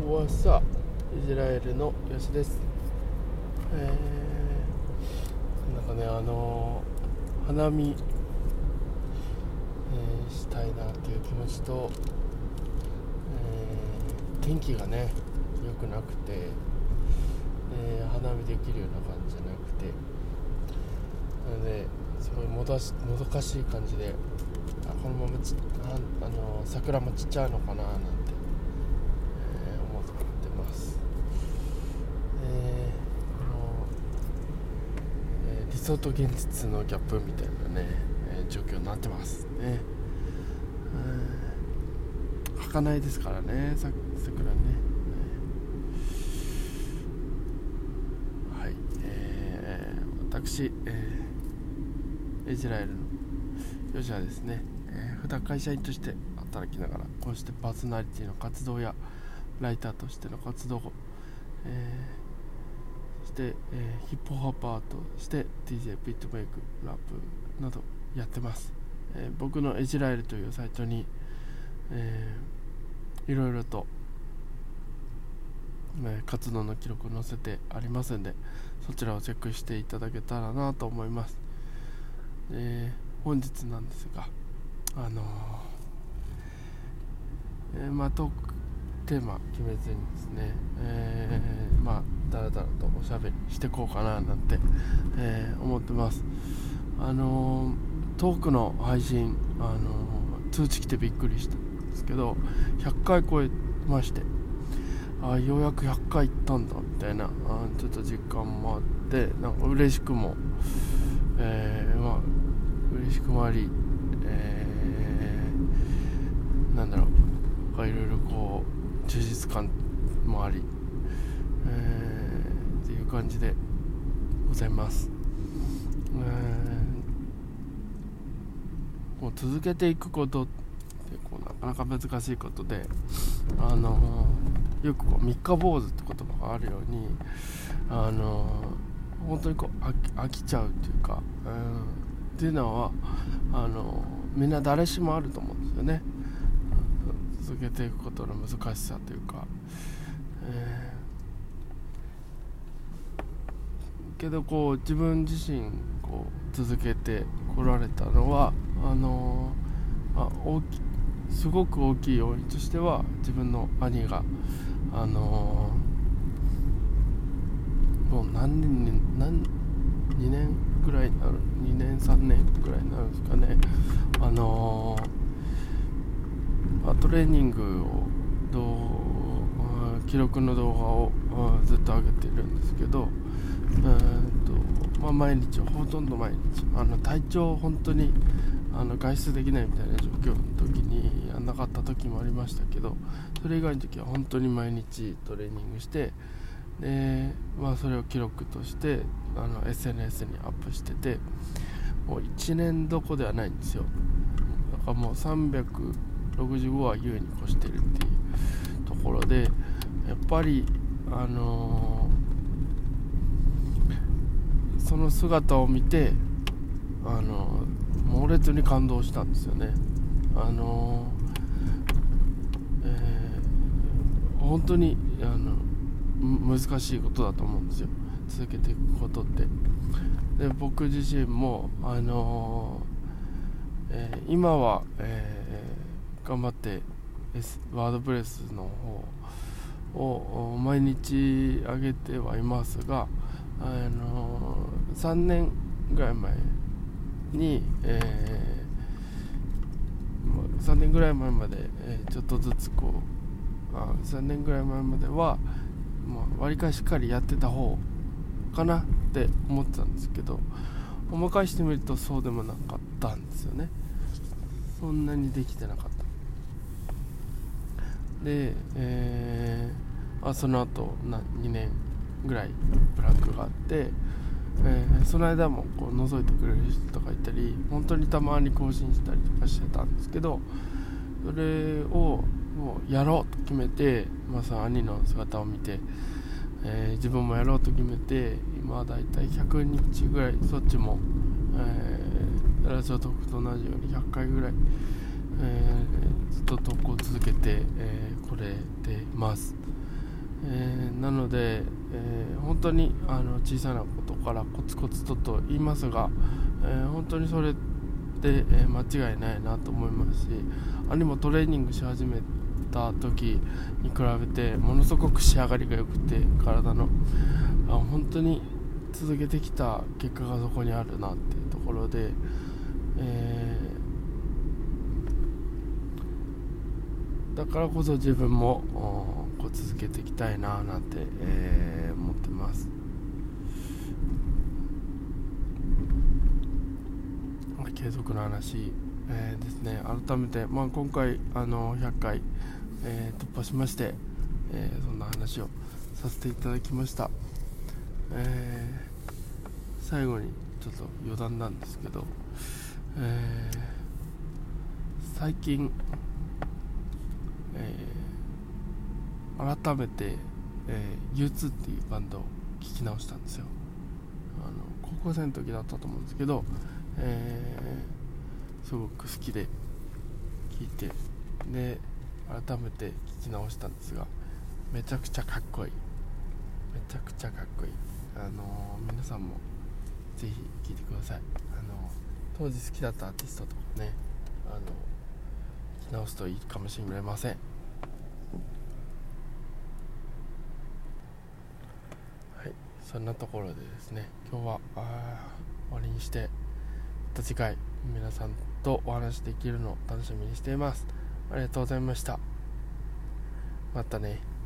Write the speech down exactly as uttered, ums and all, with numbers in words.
はさイスラエルのよしです。えー、なんかねあのー、花見、えー、したいなという気持ちと、えー、天気がね良くなくて、えー、花見できるような感じじゃなくて、なのですごいもどしもどかしい感じで、あこのままちああのー、桜も散っちゃうのかななんて理想と現実のギャップみたいなね、えー、状況になってますね。儚いですからね、さ桜ね、はい、えー、私、えー、イスラエルのヨシはですね、えー、普段会社員として働きながらこうしてパーソナリティの活動やライターとしての活動を、えーして、えー、ヒップホッパーとして ディージェー ビットメイクラップなどやってます。えー、僕のイスラエルというサイトに、えー、いろいろと、えー、活動の記録を載せてありますので、そちらをチェックしていただけたらなと思います。えー、本日なんですが、あのーえー、まあトークテーマ決めずにですね、えー、まあだらだらとおしゃべりしていこうかななんて、えー、思ってます。あのー、トークの配信、あのー、通知来てびっくりしたんですけどひゃっかい超えまして、あようやくひゃっかい行ったんだみたいな、あちょっと実感もあって、なんか嬉しくも、えー、まあ嬉しくもあり、えー、なんだろういろいろこう充実感もあり、えー、っていう感じでございます。えー、もう続けていくことってこうなかなか難しいことで、あのー、よくこう三日坊主って言葉があるように、あのー、本当にこう飽き、飽きちゃうっていうか、うん、っていうのはあのー、みんな誰しもあると思うんですよね。続けていくことの難しさというか、えー、けどこう自分自身こう続けてこられたのはあのー、あ大きすごく大きい要因としては自分の兄があのー、もう何年に何にねんぐらいになるにねんさんねんぐらいになるんですかね、あのートレーニングを記録の動画をずっと上げているんですけど、えーとまあ、毎日ほとんど毎日あの体調本当にあの外出できないみたいな状況の時にやんなかった時もありましたけど、それ以外の時は本当に毎日トレーニングして、で、まあ、それを記録としてあの エスエヌエス にアップしてて、もういちねんどこではないんですよ。だからもうさんびゃくろくじゅうごは優に越してるっていうところで、やっぱりあのー、その姿を見て、あのー、猛烈に感動したんですよね。あのーえー、本当にあの難しいことだと思うんですよ、続けていくことって。で僕自身もあのーえー、今は、えー頑張って、S、ワードプレスの方を毎日上げてはいますが、あのー、さんねんぐらい前に、えー、さんねんぐらい前まで、えー、ちょっとずつこうあさんねんぐらい前まではわりかししっかりやってた方かなって思ってたんですけど、思い返してみるとそうでもなかったんですよね。そんなにできてなかった。で、えー、あその後なにねんぐらいブランクがあって、えー、その間もこう覗いてくれる人とかいたり、本当にたまに更新したりとかしてたんですけど、それをもうやろうと決めて、まあ、その兄の姿を見て、えー、自分もやろうと決めて、今はだいたいひゃくにちぐらいそっちも、えー、ラジオトークと同じようにひゃっかいぐらい、えー、ずっと投稿を続けて、えー、これてます。 えー、なので、えー、本当にあの小さなことからコツコツとと言いますが、えー、本当にそれで、えー、間違いないなと思いますし、兄もトレーニングし始めた時に比べてものすごく仕上がりが良くて、体のあ本当に続けてきた結果がそこにあるなっていうところで、えー、だからこそ自分もこう続けていきたいななんて、えー、思ってます。継続の話、えー、ですね。改めて、まあ、今回あのひゃっかい、えー、突破しまして、えー、そんな話をさせていただきました。えー、最後にちょっと余談なんですけど、えー、最近、えー、改めて、えー、ユーツー っていうバンドを聴き直したんですよ。あの高校生の時だったと思うんですけど、えー、すごく好きで聴いて、で改めて聴き直したんですが、めちゃくちゃかっこいい、めちゃくちゃかっこいい。あのー、皆さんもぜひ聴いてください。あのー、当時好きだったアーティストとかね、あのー、聴き直すといいかもしれません。はい、そんなところでですね、今日はあ終わりにして、また次回皆さんとお話できるのを楽しみにしています。ありがとうございました。またね。